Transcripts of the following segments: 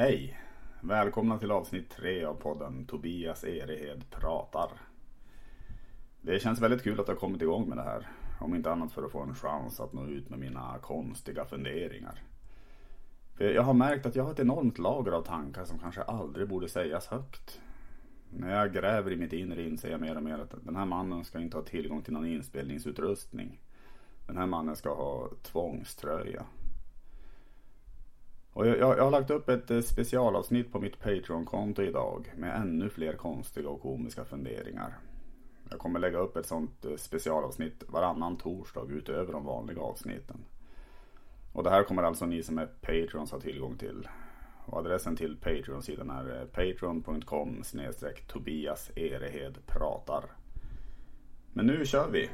Hej! Välkomna till avsnitt 3 av podden Tobias Erehed pratar. Det känns väldigt kul att jag kommit igång med det här. Om inte annat för att få en chans att nå ut med mina konstiga funderingar. För jag har märkt att jag har ett enormt lager av tankar som kanske aldrig borde sägas högt. När jag gräver i mitt inre inser jag mer och mer att den här mannen ska inte ha tillgång till någon inspelningsutrustning. Den här mannen ska ha tvångströja. Och jag har lagt upp ett specialavsnitt på mitt Patreon-konto idag med ännu fler konstiga och komiska funderingar. Jag kommer lägga upp ett sånt specialavsnitt varannan torsdag utöver de vanliga avsnitten. Och det här kommer alltså ni som är Patreons ha tillgång till. Och adressen till Patreon-sidan är patreon.com/Tobias Erehed pratar. Men nu kör vi!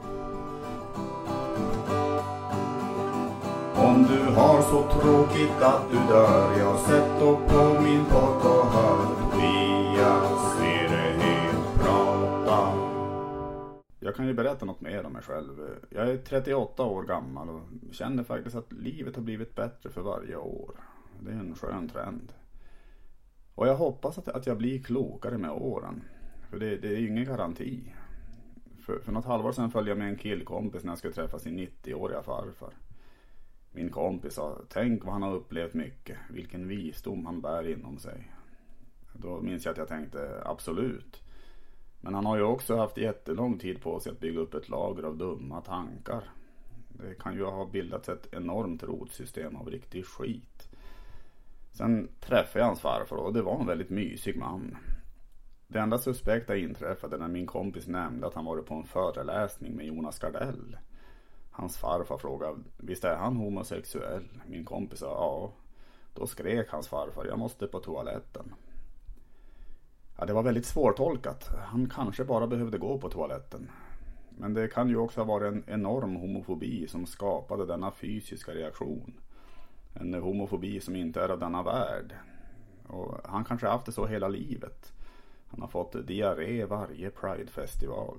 Om du har så tråkigt att du dör, jag sätt upp på min podd och hör Tobias Erehed prata. Jag kan ju berätta något mer om mig själv. Jag är 38 år gammal och känner faktiskt att livet har blivit bättre för varje år. Det är en skön trend. Och jag hoppas att jag blir klokare med åren. För det är ju ingen garanti. För något halvår sedan följde jag med en killkompis när jag skulle träffa sin 90-åriga farfar. Min kompis sa, tänk vad han har upplevt mycket, vilken visdom han bär inom sig. Då minns jag att jag tänkte, absolut. Men han har ju också haft jättelång tid på sig att bygga upp ett lager av dumma tankar. Det kan ju ha bildats ett enormt rotsystem av riktig skit. Sen träffade jag hans farfar och det var en väldigt mysig man. Det enda suspekta inträffade när min kompis nämnde att han varit på en föreläsning med Jonas Gardell. Hans farfar frågade, visst är han homosexuell? Min kompis sa, ja. Då skrek hans farfar, jag måste på toaletten. Ja, det var väldigt svårtolkat. Han kanske bara behövde gå på toaletten. Men det kan ju också ha varit en enorm homofobi som skapade denna fysiska reaktion. En homofobi som inte är av denna värld. Och han kanske har haft det så hela livet. Han har fått diarré varje Pride-festival.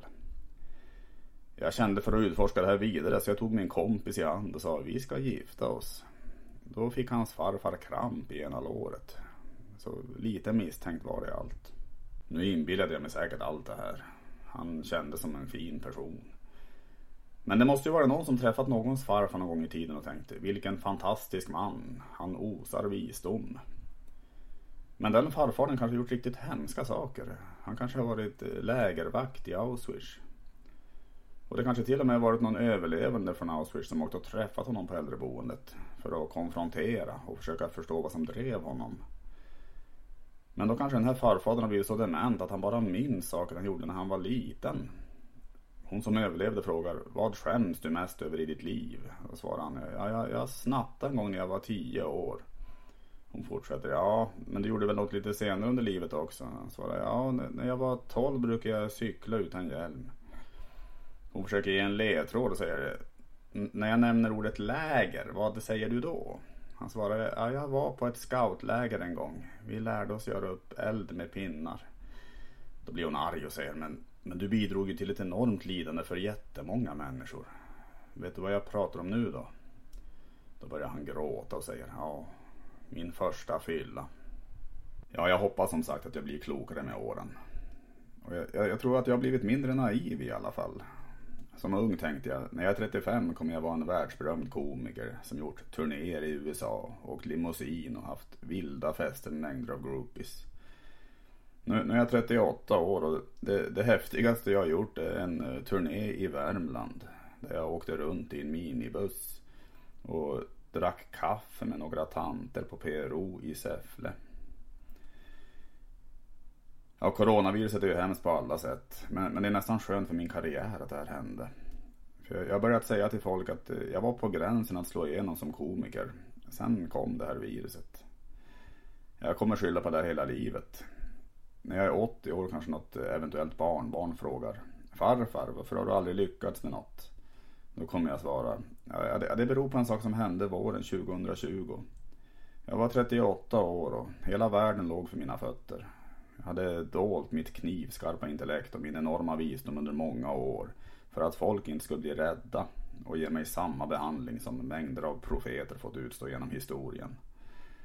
Jag kände för att utforska det här vidare så jag tog min kompis i hand och sa, vi ska gifta oss. Då fick hans farfar kramp i ena låret. Så lite misstänkt var det allt. Nu inbillade jag mig säkert allt det här. Han kände som en fin person. Men det måste ju vara någon som träffat någons farfar någon gång i tiden och tänkte, vilken fantastisk man. Han osar visdom. Men den farfaren kanske gjort riktigt hemska saker. Han kanske har varit lägervakt i Auschwitz. Och det kanske till och med varit någon överlevande från Auschwitz som åkt och träffat honom på äldreboendet för att konfrontera och försöka förstå vad som drev honom. Men då kanske den här farfadern har blivit så dement att han bara minns saker han gjorde när han var liten. Hon som överlevde frågar, vad skäms du mest över i ditt liv? Och svarar han, jag snattade en gång när jag var 10 år. Hon fortsätter, ja, men du gjorde väl något lite senare under livet också? Han svarar, ja, när jag var 12 brukade jag cykla utan hjälm. Hon försöker ge en ledtråd och säger, när jag nämner ordet läger, vad säger du då? Han svarar, ja, jag var på ett scoutläger en gång. Vi lärde oss göra upp eld med pinnar. Då blir hon arg och säger, men du bidrog ju till ett enormt lidande för jättemånga människor. Vet du vad jag pratar om nu då? Då börjar han gråta och säger, ja, min första fylla. Ja, jag hoppas som sagt att jag blir klokare med åren. Och jag tror att jag har blivit mindre naiv i alla fall. Som ung tänkte jag, när jag är 35 kommer jag vara en världsberömd komiker som gjort turnéer i USA och limousin och haft vilda fester med mängder av groupies. Nu är jag 38 år och det häftigaste jag har gjort är en turné i Värmland. Där jag åkte runt i en minibuss och drack kaffe med några tanter på PRO i Säffle. Ja, coronaviruset är ju hemskt på alla sätt. Men det är nästan skönt för min karriär att det här hände. För jag har börjat säga till folk att jag var på gränsen att slå igenom som komiker. Sen kom det här viruset. Jag kommer skylla på det här hela livet. När jag är 80 år kanske något eventuellt barnbarn frågar, farfar, varför har du aldrig lyckats med något? Då kommer jag svara, ja, det beror på en sak som hände våren 2020. Jag var 38 år och hela världen låg för mina fötter. Jag hade dolt mitt knivskarpa intellekt och min enorma visdom under många år för att folk inte skulle bli rädda och ge mig samma behandling som mängder av profeter fått utstå genom historien.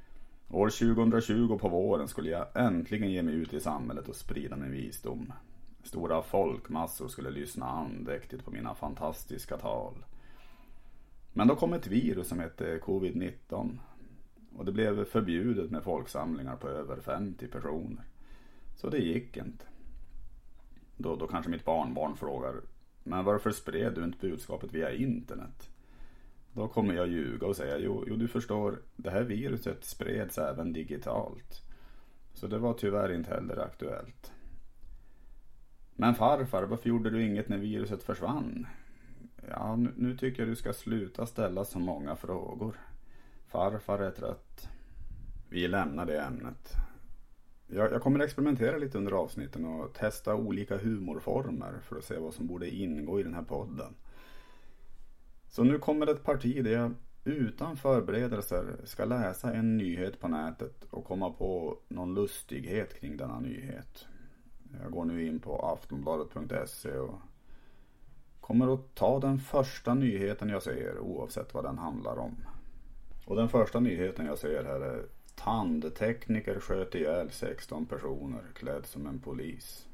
År 2020 på våren skulle jag äntligen ge mig ut i samhället och sprida min visdom. Stora folkmassor skulle lyssna andäktigt på mina fantastiska tal. Men då kom ett virus som hette covid-19 och det blev förbjudet med folksamlingar på över 50 personer. Så det gick inte. Då kanske mitt barnbarn frågar, men varför spred du inte budskapet via internet? Då kommer jag ljuga och säga, jo du förstår, det här viruset spreds även digitalt. Så det var tyvärr inte heller aktuellt. Men farfar, varför gjorde du inget när viruset försvann? Ja, nu tycker jag du ska sluta ställa så många frågor. Farfar är trött. Vi lämnar det ämnet. Jag kommer experimentera lite under avsnitten och testa olika humorformer för att se vad som borde ingå i den här podden. Så nu kommer ett parti där jag utan förberedelser ska läsa en nyhet på nätet och komma på någon lustighet kring denna nyhet. Jag går nu in på aftonbladet.se och kommer att ta den första nyheten jag ser oavsett vad den handlar om. Och den första nyheten jag ser här är: tandtekniker sköt ihjäl 16 personer klädd som en polis.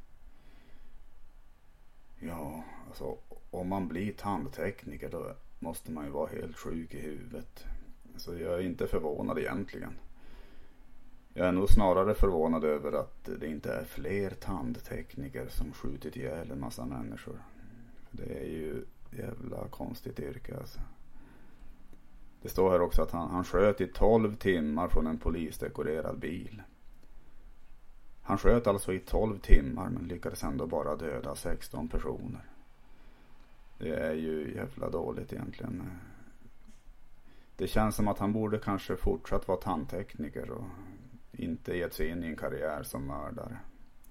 Ja, alltså om man blir tandtekniker då måste man ju vara helt sjuk i huvudet. Så jag är inte förvånad egentligen. Jag är nog snarare förvånad över att det inte är fler tandtekniker som skjutit ihjäl en massa människor. Det är ju jävla konstigt yrke alltså. Det står här också att han sköt i 12 timmar från en polisdekorerad bil. Han sköt alltså i 12 timmar men lyckades ändå bara döda 16 personer. Det är ju jävla dåligt egentligen. Det känns som att han borde kanske fortsatt vara tandtekniker och inte gett sig in i en karriär som mördare.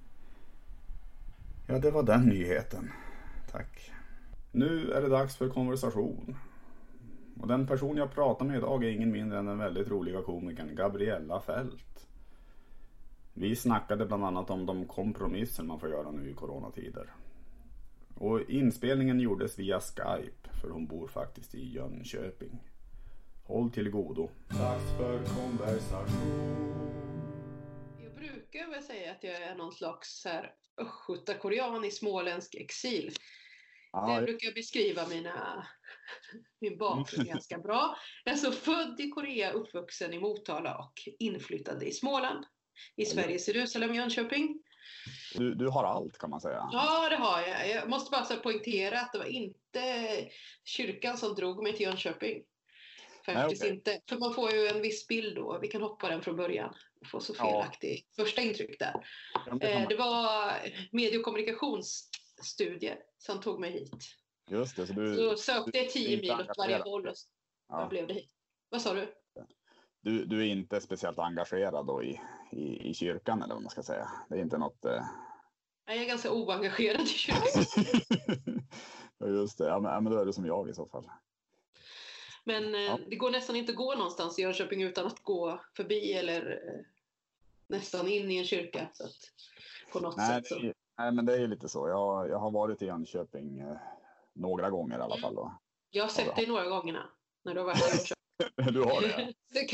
Ja, det var den nyheten. Tack. Nu är det dags för konversation. Och den person jag pratar med idag är ingen mindre än den väldigt roliga komikern Gabriella Fält. Vi snackade bland annat om de kompromisser man får göra nu i coronatider. Och inspelningen gjordes via Skype för hon bor faktiskt i Jönköping. Håll till godo. Dags för konversation. Jag brukar väl säga att jag är någon slags östgötakorean i småländsk exil. Det brukar jag beskriva min bakgrund ganska bra. Jag är så född i Korea, uppvuxen i Motala och inflyttad i Småland. I Sveriges Jerusalem, Jönköping. Du har allt kan man säga. Ja, det har jag. Jag måste bara poängtera att det var inte kyrkan som drog mig till Jönköping. Faktiskt inte. För man får ju en viss bild då. Vi kan hoppa den från början. Man får så felaktig första intryck där. Det var medie- och kommunikationsstudier som tog mig hit. Just det. Så sökte jag 10 mil åt varje håll och jag blev det hit. Vad sa du? Du är inte speciellt engagerad då i kyrkan eller vad man ska säga. Det är inte något... Jag är ganska oengagerad i kyrkan. Just det. Ja, men då är det som jag i så fall. Men det går nästan inte att gå någonstans i Jönköping utan att gå förbi eller nästan in i en kyrka. Så att, på något sätt så. Nej, men det är ju lite så. Jag har varit i Jönköping några gånger i alla fall. Då. Jag har sett dig några gånger när du har varit i Jönköping. Du har det?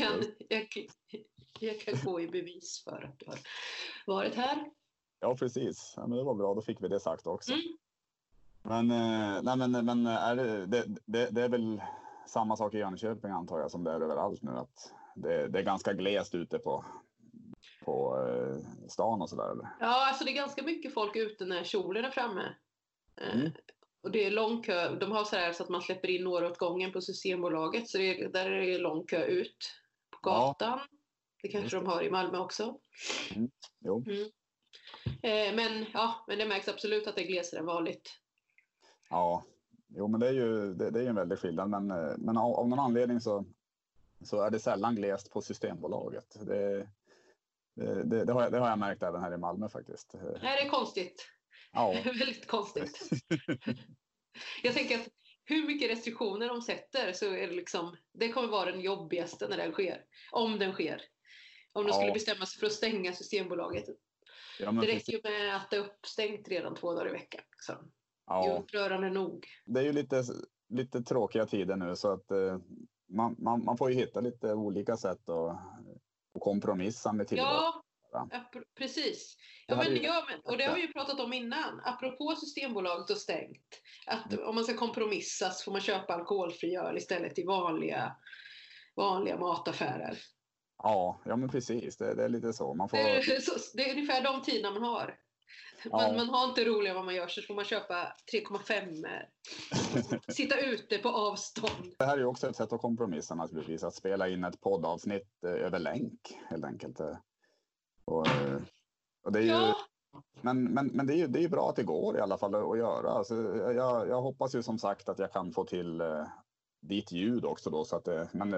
Jag kan gå i bevis för att du har varit här. Ja, precis. Ja, men det var bra. Då fick vi det sagt också. Men det är väl samma sak i Jönköping antar jag som det är överallt nu. Att det är ganska glest ute på stan och sådär. Eller? Ja, alltså det är ganska mycket folk ute när kjolen är framme. Och det är lång kö. De har så att man släpper in några åt gången på Systembolaget. Så där är det lång kö ut på gatan. Ja. Det kanske de har i Malmö också. Jo. Men det märks absolut att det är glesare än vanligt. Ja, jo men det är ju en väldig skillnad. Men av någon anledning så är det sällan glest på Systembolaget. Det har jag märkt även här i Malmö faktiskt. Nej, det är konstigt. Ja. Väldigt konstigt. Jag tänker att hur mycket restriktioner de sätter så är det liksom, det kommer vara den jobbigaste när den sker. Om den sker. Om de skulle bestämma sig för att stänga Systembolaget. Ja, det räcker ju med att det är uppstängt redan 2 dagar i veckan. Så. Det är ju upprörande nog. Det är ju lite tråkiga tider nu så att man får ju hitta lite olika sätt att kompromissa med tillvaron. Ja, precis. Och det har vi ju pratat om innan. Apropå Systembolaget och stängt. Att om man ska kompromissa så får man köpa alkoholfri öl istället i vanliga mataffärer. Ja, men precis. Det är lite så. Man får... det är ungefär de tiderna man har. Man har inte roliga vad man gör, så får man köpa 3,5. Sitta ute på avstånd. Det här är ju också ett sätt att kompromissa naturligtvis. Att spela in ett poddavsnitt över länk helt enkelt. Och det är ju, men det är ju bra att det går i alla fall att göra. Alltså, jag hoppas ju som sagt att jag kan få till ditt ljud också då, så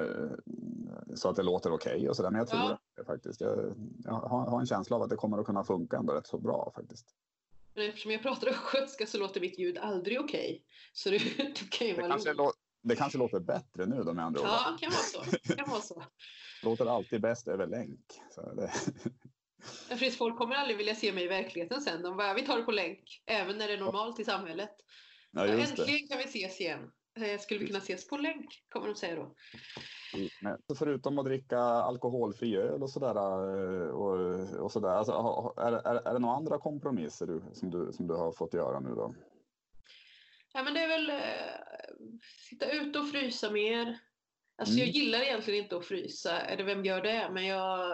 att det låter okej och sådär. Men jag tror det faktiskt. Jag har en känsla av att det kommer att kunna funka ändå rätt så bra faktiskt. Men eftersom jag pratar östgötska så låter mitt ljud aldrig okej. Så det kan ju vara det kanske låter bättre nu då med andra ord. Ja, kan vara så. Låter alltid bäst över länk. Så det... För folk kommer aldrig vilja se mig i verkligheten sen. De bara, vi tar det på länk. Även när det är normalt i samhället. Ja, äntligen kan vi ses igen. Skulle vi kunna ses på länk, kommer de säga då. Så förutom att dricka alkoholfri öl och sådär, alltså, är det några andra kompromisser som du har fått göra nu då? Ja, men det är väl sitta ute och frysa mer. Alltså jag gillar egentligen inte att frysa, eller vem gör det? Men jag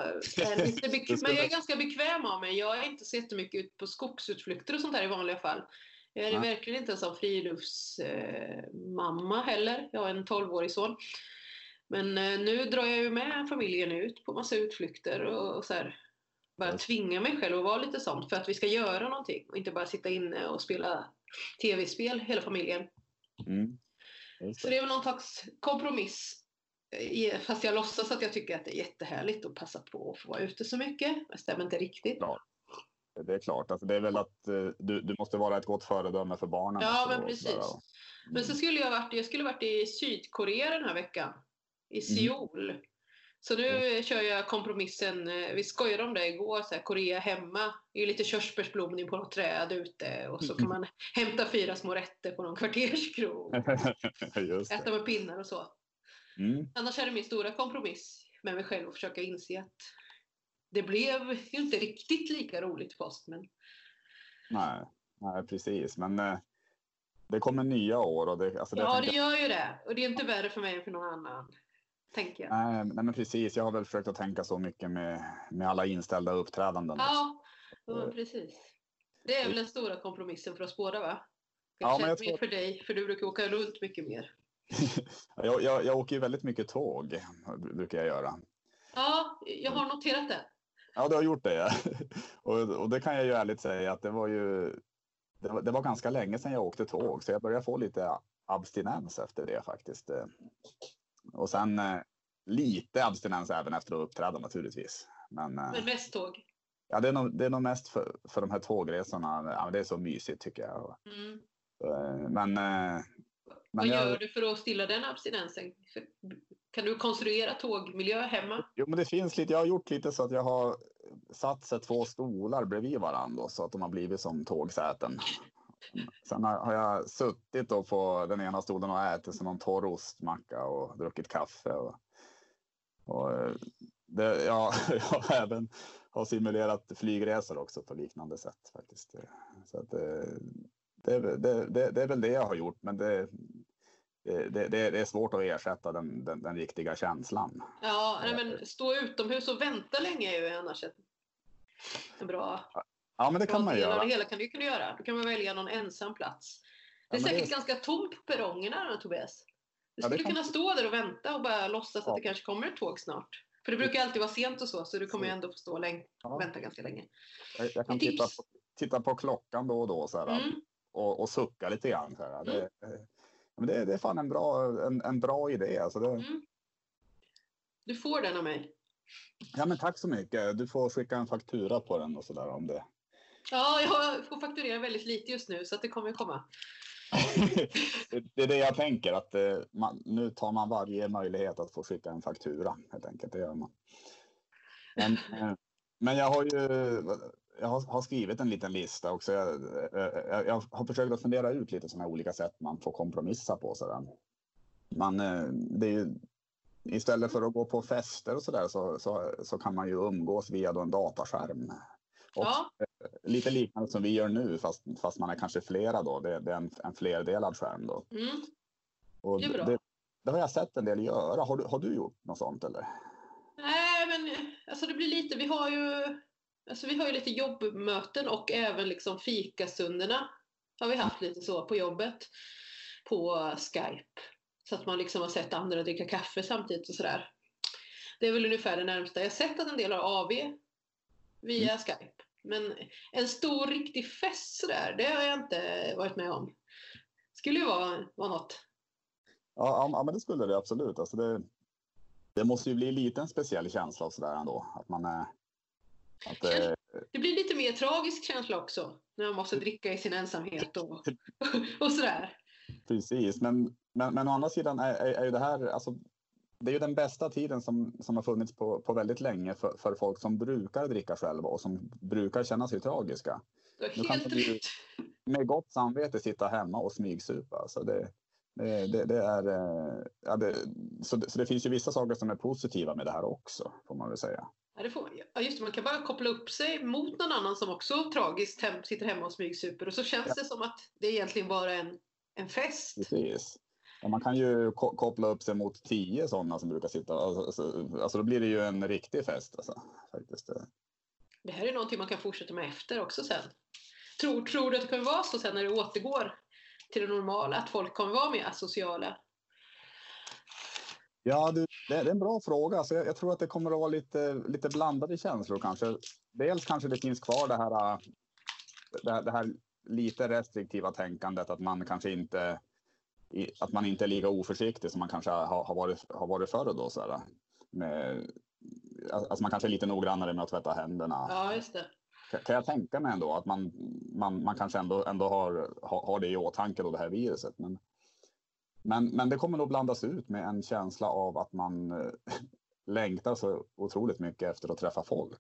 är ganska bekväm av mig. Jag är inte så jättemycket ut på skogsutflykter och sånt där i vanliga fall. Jag är verkligen inte en sån friluftsmamma heller. Jag har en 12-årig son. Men nu drar jag ju med familjen ut på massa utflykter och så här, bara tvinga mig själv att vara lite sånt för att vi ska göra någonting och inte bara sitta inne och spela tv-spel hela familjen. Så det är väl någon slags kompromiss. Fast jag låtsas att jag tycker att det är jättehärligt att passa på att få vara ute så mycket. Det stämmer inte riktigt. Ja. Det är klart, alltså det är väl att du måste vara ett gott föredöme för barnen. Ja, men precis. Men så skulle jag skulle varit i Sydkorea den här veckan. I Seoul. Så nu kör jag kompromissen. Vi skojade om det igår. Så här, Korea hemma. Det är lite körsbärsblomning på något träd ute. Och så kan man hämta 4 små rätter på någon kvarterskrog. Äta med pinnar och så. Annars är det min stora kompromiss med mig själv att försöka inse att det blev ju inte riktigt lika roligt påsk. Men... Nej, precis. Men det kommer nya år. Och det gör ju det. Och det är inte värre för mig än för någon annan, tänker jag. Nej, men precis. Jag har väl försökt att tänka så mycket med alla inställda uppträdanden. Ja, precis. Det är väl den stora kompromissen för oss båda, va? Mer för dig, för du brukar åka runt mycket mer. jag åker ju väldigt mycket tåg, brukar jag göra. Ja, jag har noterat det. Ja, du har gjort det, ja. Och det kan jag ju ärligt säga att det var ganska länge sedan jag åkte tåg. Så jag började få lite abstinens efter det faktiskt. Och sen lite abstinens även efter att uppträda naturligtvis. Men mest tåg? Ja, det är nog mest för de här tågresorna. Ja, det är så mysigt tycker jag. Men vad gör du för att stilla den abstinensen? Kan du konstruera tågmiljö hemma? Jo, men det finns lite. Jag har gjort lite så att jag har satt sig 2 stolar bredvid varandra så att de har blivit som tågsäten. Sen har jag suttit då på den ena stolen och ätit som någon torr ostmacka och druckit kaffe. Jag har även simulerat flygresor också på liknande sätt faktiskt. Så att det är väl det jag har gjort, men det är svårt att ersätta den riktiga känslan. Ja, men stå utomhus och vänta länge är ju annars en bra... Ja, men det kan man göra. Det hela kan du göra. Då kan man välja någon ensam plats. Det är säkert ganska tomt på perrongerna, Tobias. Du skulle kunna stå där och vänta och bara låtsas att det kanske kommer ett tåg snart. För det brukar alltid vara sent och så du kommer ju ändå få stå och vänta ganska länge. Jag kan titta på klockan då och då så här, och sucka lite grann. Så här. Det är fan en bra idé. Alltså Du får den av mig. Ja, men tack så mycket. Du får skicka en faktura på den och sådär om det. Ja, jag får fakturera väldigt lite just nu så att det kommer komma. Det är det jag tänker, att nu tar man varje möjlighet att få skicka en faktura helt enkelt, det gör man. Men jag har skrivit en liten lista också. Jag har försökt att fundera ut lite sådana olika sätt man får kompromissa på. Det är ju istället för att gå på fester och sådär så kan man ju umgås via då en dataskärm. Och lite liknande som vi gör nu fast man är kanske flera då. Det är en flerdelad skärm då. Och det är bra. Det har jag sett en del göra. Har du gjort något sånt eller? Nej, men alltså det blir lite, vi har ju lite jobbmöten och även liksom fikastunderna har vi haft lite så på jobbet på Skype. Så att man liksom har sett andra dricka kaffe samtidigt och sådär. Det är väl ungefär det närmsta. Jag har sett att en del har AV via Skype. Men en stor riktig fest sådär, det har jag inte varit med om. Skulle ju vara något. Ja, men det skulle det absolut. Alltså det måste ju bli lite en speciell känsla och sådär ändå. Att man är... Det blir lite mer tragisk känsla också. När man måste dricka i sin ensamhet och sådär. Precis, men å andra sidan är ju det här... Alltså, det är ju den bästa tiden som har funnits på väldigt länge för folk som brukar dricka själva och som brukar känna sig tragiska. Nu kan man ju med gott samvete sitta hemma och smygsupa. Så det är... Så det finns ju vissa saker som är positiva med det här också, får man väl säga. Ja, just det, man kan bara koppla upp sig mot någon annan som också tragiskt sitter hemma och smygsuper. Och så känns det som att det egentligen bara är en fest. Precis. Ja, man kan ju koppla upp sig mot 10 sådana som brukar sitta. Alltså då blir det ju en riktig fest. Alltså, faktiskt. Det här är någonting man kan fortsätta med efter också sen. Tror du att det kommer vara så sen när det återgår till det normala? Att folk kommer vara mer sociala? Ja, det är en bra fråga. Alltså, jag tror att det kommer att vara lite blandade känslor kanske. Dels kanske det finns kvar det här lite restriktiva tänkandet att man kanske inte... Att man inte är lika oförsiktig som man kanske har varit förr då. Så alltså man kanske är lite noggrannare med att tvätta händerna. Ja, just det. Kan jag tänka mig ändå att man kanske ändå har det i åtanke då, det här viruset. Men det kommer nog blandas ut med en känsla av att man längtar så otroligt mycket efter att träffa folk.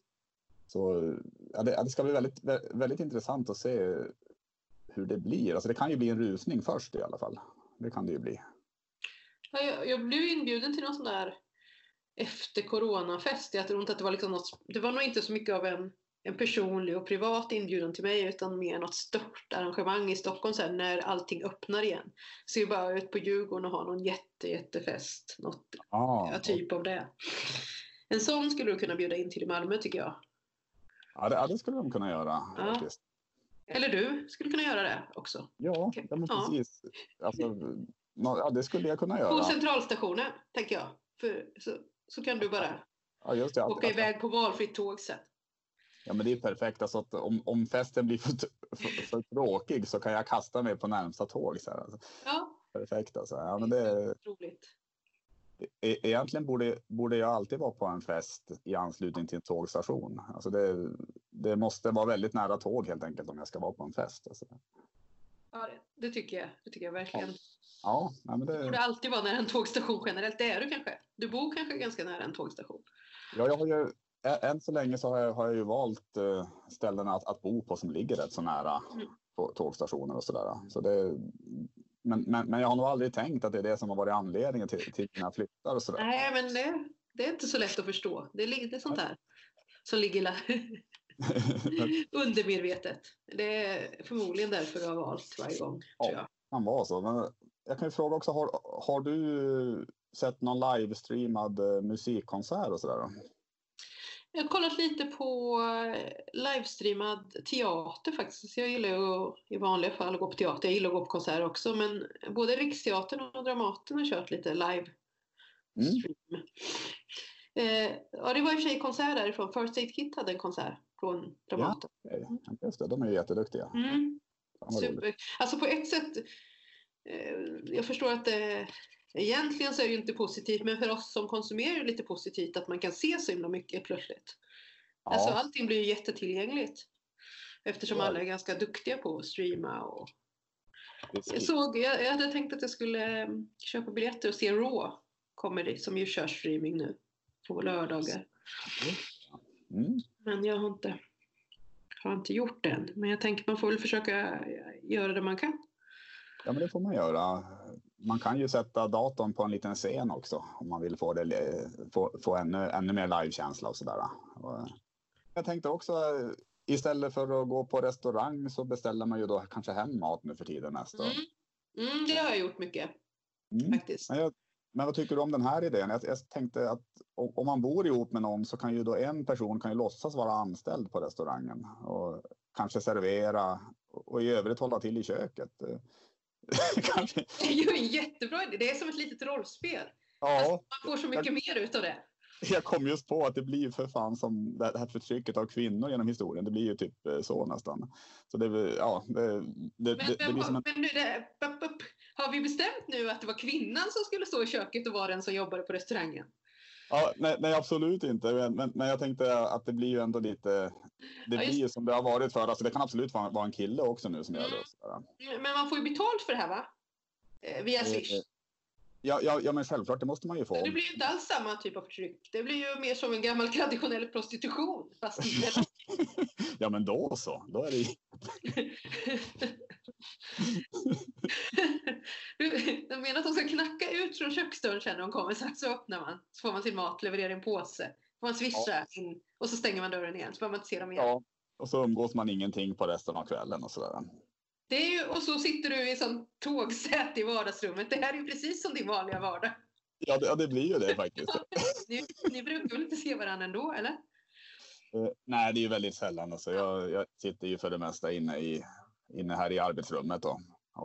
Så det ska bli väldigt, väldigt intressant att se hur det blir. Alltså det kan ju bli en rusning först i alla fall. Det kan det ju bli. Ja, jag blev inbjuden till någon sån där efter coronafest. Jag tror inte att det var liksom något, det var nog inte så mycket av en personlig och privat inbjudan till mig utan mer något stort arrangemang i Stockholm sen när allting öppnar igen. Så jag bara ut på Djurgården och ha någon jättefest. Något typ av det. En sån skulle du kunna bjuda in till i Malmö tycker jag. Ja, det skulle de kunna göra faktiskt. Eller du skulle kunna göra det också. Ja, men precis. Alltså, det skulle jag kunna göra. På centralstationen, tänker jag. Så kan du bara åka iväg på valfritt tåg sen. Ja, men det är perfekt. Alltså att om festen blir för tråkig så kan jag kasta mig på närmsta tåg. Så här, alltså. Ja. Perfekt alltså. Ja, men det är roligt. Egentligen borde jag alltid vara på en fest i anslutning till en tågstation. Alltså det måste vara väldigt nära tåg helt enkelt om jag ska vara på en fest. Alltså. Ja, det tycker jag. Det tycker jag verkligen. Ja, men det borde alltid vara nära en tågstation generellt. Det är du kanske. Du bor kanske ganska nära en tågstation. Ja, jag har ju än så länge så har jag ju valt ställena att bo på som ligger rätt så nära tågstationer och sådär. Så men jag har nog aldrig tänkt att det är det som har varit anledningen till mina flyttar och sådär. Nej, men det är inte så lätt att förstå. Det är lite sånt här som ligger undermedvetet. Det är förmodligen därför du har valt varje gång, tror jag. Kan vara så. Men jag kan ju fråga också, har du sett någon livestreamad musikkonsert och sådär då? Jag har kollat lite på livestreamad teater faktiskt. Jag gillar ju i vanliga fall att gå på teater. Jag gillar att gå på konserter också. Men både Riksteatern och Dramaten har kört lite livestream. Ja, det var i och för sig konsert därifrån. First Aid Kit hade en konsert från Dramaten. Ja, just det. De är ju jätteduktiga. Super. Alltså på ett sätt, jag förstår att egentligen så är det ju inte positivt, men för oss som konsumerar är det lite positivt att man kan se så himla mycket plötsligt. Ja. Alltså allting blir ju jättetillgängligt. Eftersom alla är ganska duktiga på att streama. Och jag hade tänkt att jag skulle köpa biljetter och se Raw Comedy som ju kör streaming nu på lördagar. Men jag har inte gjort det än. Men jag tänker man får väl försöka göra det man kan. Ja, men det får man göra. man kan ju sätta datorn på en liten scen också om man vill få ännu mer livekänsla och sådär. Jag tänkte också, istället för att gå på restaurang så beställer man ju då kanske hem mat nu för tiden mest. Det har jag gjort mycket faktiskt. Men vad tycker du om den här idén? Jag tänkte att om man bor ihop med någon så kan ju då en person kan ju låtsas vara anställd på restaurangen och kanske servera och i övrigt hålla till i köket. Det är ju en jättebra idé. Det är som ett litet rollspel. Ja. Alltså, man får så mycket mer ut av det. Jag kom just på att det blir för fan som det här förtrycket av kvinnor genom historien. Det blir ju typ så nästan. Så det blir som en... Men har vi bestämt nu att det var kvinnan som skulle stå i köket och vara den som jobbade på restaurangen? Ja, nej absolut inte. Men jag tänkte att det blir ju ändå lite... Det blir ju som det har varit förr. Alltså det kan absolut vara en kille också nu som gör det. Men man får ju betalt för det här, va? Via Swish. Ja, men självklart, det måste man ju få. Det blir ju inte alls samma typ av förtryck. Det blir ju mer som en gammal traditionell prostitution. Fast ja, men då så. Då är det De menar att de ska knacka ut från köksdörren sen när de kommer. Så öppnar man. Så får man sin mat levererad i en påse. Får man swisha in och så stänger man dörren igen. Så får man inte se dem igen. Ja, och så umgås man ingenting på resten av kvällen och sådär. Det är ju, och så sitter du i sån tågsätt i vardagsrummet. Det här är ju precis som din vanliga vardag. Ja, det blir ju det faktiskt. Ni brukar väl inte se varandra ändå, eller? Nej, det är ju väldigt sällan. Alltså. Jag sitter ju för det mesta inne här i arbetsrummet då.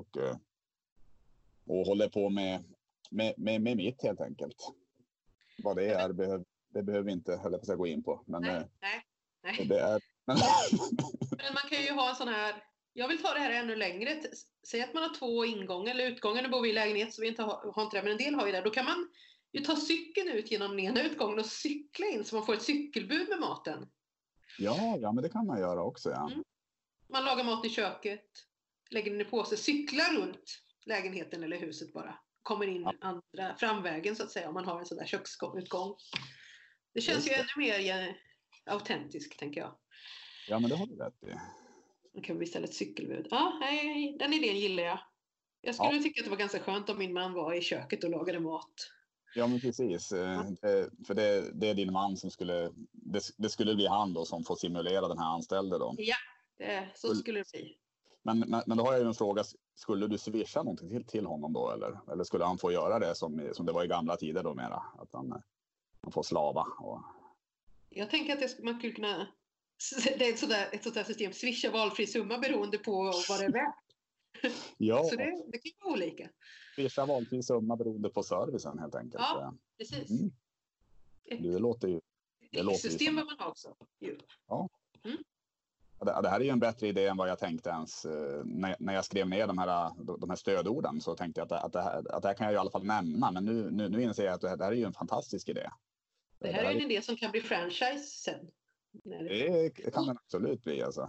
Och håller på med mitt helt enkelt. Vad det är det behöver vi inte gå in på. Men, nej. Det är... Men man kan ju ha en sån här... Jag vill ta det här ännu längre. Säg att man har 2 ingångar eller utgångar. Nu bor vi i lägenhet så vi har inte det. Men en del har ju det. Då kan man ju ta cykeln ut genom den ena utgången och cykla in så man får ett cykelbud med maten. Ja, men det kan man göra också. Ja. Man lagar mat i köket. Lägger den i påse. Cyklar runt lägenheten eller huset bara. Kommer in andra framvägen så att säga. Om man har en sån där köksutgång. Det känns ju ännu mer autentiskt tänker jag. Ja, men det har du rätt i. Man kan beställa ett cykelbud. Ja, den idén gillar jag. Jag skulle tycka att det var ganska skönt om min man var i köket och lagade mat. Ja, men precis. För det är din man som det skulle bli han då som får simulera den här anställde då. Ja, så skulle det bli. Men då har jag ju en fråga. Skulle du swisha någonting till honom då? Eller skulle han få göra det som det var i gamla tider då mera? Att han får slava? Jag tänker att man skulle kunna... Det är ett sånt där system. Swisha valfri summa beroende på vad det är värt. Ja. Så det kan vara olika. Swisha valfri summa beroende på servicen helt enkelt. Ja, precis. Det låter ju... Ett system man har också. Ja. Det här är ju en bättre idé än vad jag tänkte ens. När jag skrev ner de här stödorden så tänkte jag att det här kan jag i alla fall nämna. Men nu inser jag att det här är ju en fantastisk idé. Det här är en idé som kan bli franchise sen. Det kan den absolut bli alltså.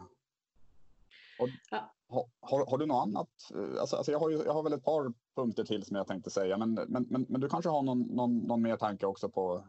Har du något annat? Alltså jag har väl ett par punkter till som jag tänkte säga. Men du kanske har någon mer tanke också på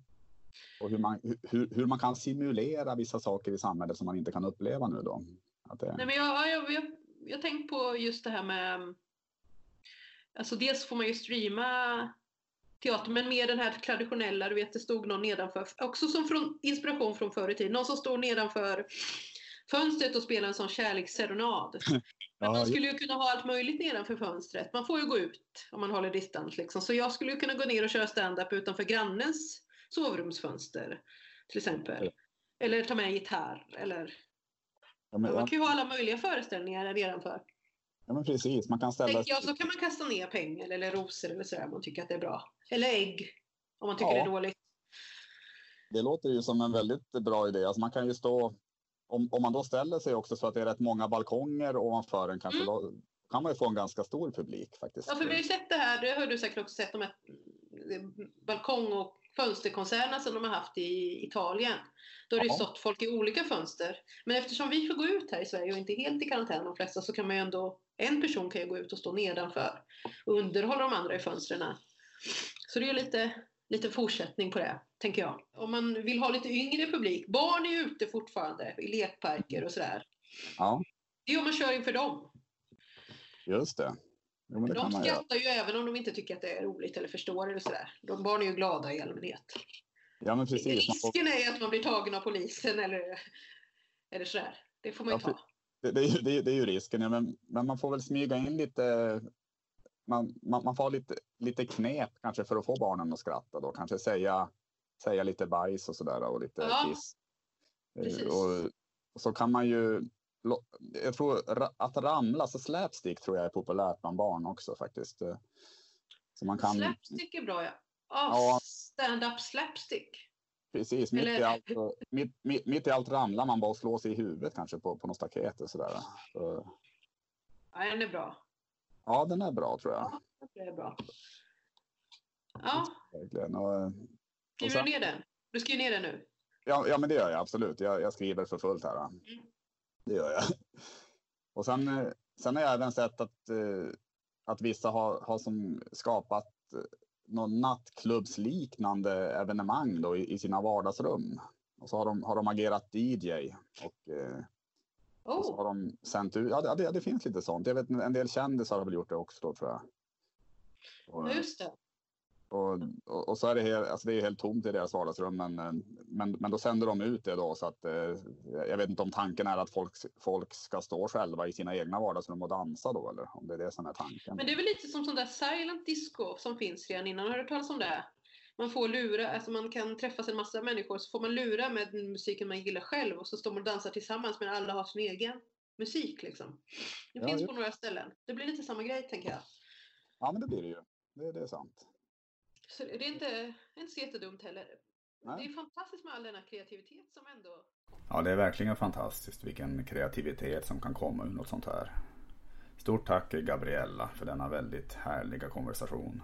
hur man kan simulera vissa saker i samhället som man inte kan uppleva nu då? Nej, men jag tänkt på just det här med... Alltså dels får man ju streama teater, men mer den här traditionella, du vet det stod någon nedanför, också som inspiration från förr i tiden, någon som står nedanför fönstret och spelar en sån kärleksserenad. Men man skulle ju kunna ha allt möjligt nedanför fönstret, man får ju gå ut om man håller distans liksom. Så jag skulle ju kunna gå ner och köra stand-up utanför grannens sovrumsfönster till exempel, eller ta med en gitarr eller man kan ju ha alla möjliga föreställningar nedanför. Ja, men precis. Man kan ställa... Ja, så kan man kasta ner pengar eller rosor eller sådär om man tycker att det är bra. Eller ägg om man tycker det är dåligt. Det låter ju som en väldigt bra idé. Alltså man kan ju stå... Om man då ställer sig också så att det är rätt många balkonger ovanför en kanske då kan man ju få en ganska stor publik faktiskt. Ja, för vi har ju sett det här, det har du säkert också sett, de här balkong- och fönsterkonserterna som de har haft i Italien. Då har det ju stått folk i olika fönster. Men eftersom vi får gå ut här i Sverige och inte helt i karantän de flesta, så kan man ju ändå, en person kan ju gå ut och stå nedanför och underhålla de andra i fönstren. Så det är ju lite fortsättning på det, tänker jag. Om man vill ha lite yngre publik, barn är ute fortfarande i lekparker och sådär. Ja. Det är om man kör inför dem. Just det. Jo, men de skrattar ju även om de inte tycker att det är roligt eller förstår eller sådär. De barn är ju glada i allmänhet. Ja, men precis. Risken är att man blir tagen av polisen eller sådär. Det får man ju ta. Det är ju risken, ja, men man får väl smyga in lite. Man får lite knep kanske för att få barnen att skratta då. Kanske säga lite bajs och sådär och lite kiss. Och så kan man ju, jag tror att ramla, så slapstick tror jag är populärt bland barn också faktiskt. Så man kan... Slapstick är bra, ja. Stand-up slapstick. Precis, mitt i allt ramlar man bara och slår sig i huvudet kanske på något staket och sådär. Så... Ja, den är bra. Ja, den är bra tror jag. Ja, det är bra. Ja. Verkligen. Skriver du ner den? Du skriver ner den nu? Ja, men det gör jag absolut. Jag skriver för fullt här. Det gör jag. Och sen har jag även sett att vissa har som skapat någon nattklubbsliknande evenemang då i sina vardagsrum. Och så har de agerat DJ och så har de sänt ut. Ja, det finns lite sånt. Jag vet en del kändisar har väl gjort det också då, tror jag. Just det. Och så är det är helt tomt i deras vardagsrum, men då sänder de ut det då, så att jag vet inte om tanken är att folk ska stå själva i sina egna vardagsrum och dansa då, eller om det är det som är tanken. Men det är väl lite som sån där silent disco som finns redan innan. Har du hört talas om det? Man får lura, alltså man kan träffas en massa människor, så får man lura med musiken man gillar själv och så står man och dansar tillsammans, men alla har sin egen musik liksom. Det finns på några ställen. Det blir lite samma grej, tänker jag. Ja, men det blir det ju. Det är sant. Så det är inte så jättedumt heller. Nej. Det är fantastiskt med all denna kreativitet som ändå... Ja, det är verkligen fantastiskt vilken kreativitet som kan komma ur något sånt här. Stort tack Gabriella för denna väldigt härliga konversation.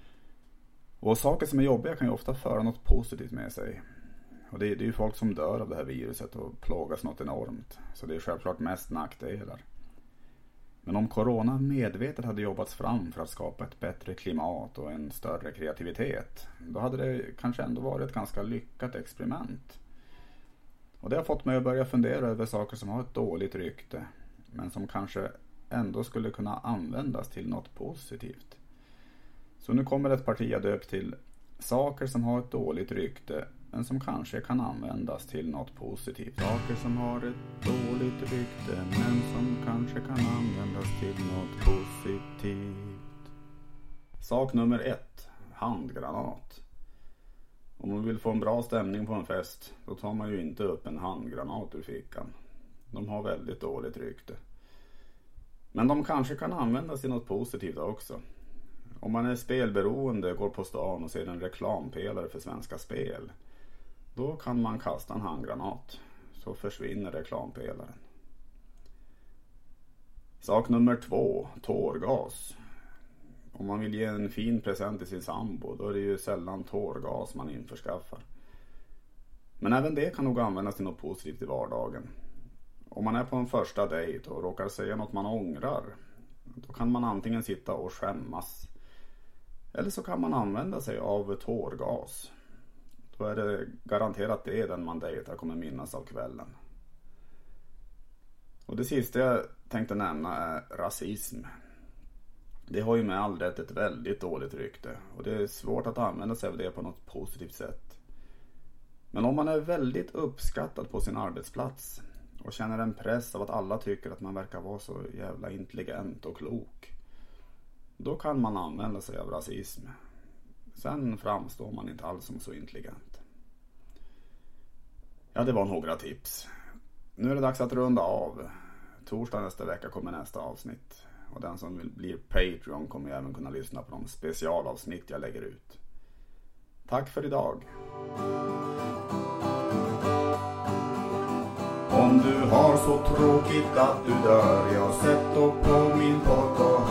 Och saker som är jobbiga kan ju ofta föra något positivt med sig. Och det är ju folk som dör av det här viruset och plågas något enormt. Så det är självklart mest nackdelar. Men om corona medvetet hade jobbats fram för att skapa ett bättre klimat och en större kreativitet, då hade det kanske ändå varit ett ganska lyckat experiment. Och det har fått mig att börja fundera över saker som har ett dåligt rykte, men som kanske ändå skulle kunna användas till något positivt. Så nu kommer ett parti jag döpt till saker som har ett dåligt rykte, men som kanske kan användas till något positivt. Saker som har ett dåligt rykte, men som kanske kan användas till något positivt. Sak nummer 1. Handgranat. Om man vill få en bra stämning på en fest, då tar man ju inte upp en handgranat ur fickan. De har väldigt dåligt rykte. Men de kanske kan användas till något positivt också. Om man är spelberoende, går på stan och ser en reklampelare för Svenska Spel, då kan man kasta en handgranat, så försvinner reklampelaren. Sak nummer 2, tårgas. Om man vill ge en fin present till sin sambo, då är det ju sällan tårgas man införskaffar. Men även det kan nog användas till något positivt i vardagen. Om man är på en första dejt och råkar säga något man ångrar, då kan man antingen sitta och skämmas, eller så kan man använda sig av tårgas. Då är det garanterat det den man dejtar kommer minnas av kvällen. Och det sista jag tänkte nämna är rasism. Det har ju med all rätt ett väldigt dåligt rykte, och det är svårt att använda sig av det på något positivt sätt. Men om man är väldigt uppskattad på sin arbetsplats och känner en press av att alla tycker att man verkar vara så jävla intelligent och klok, då kan man använda sig av rasism. Sen framstår man inte alls som så intelligent. Ja, det var några tips. Nu är det dags att runda av. Torsdag nästa vecka kommer nästa avsnitt. Och den som vill bli Patreon kommer även kunna lyssna på de specialavsnitt jag lägger ut. Tack för idag. Om du har så tråkigt att du dör, jag sätter på min podd och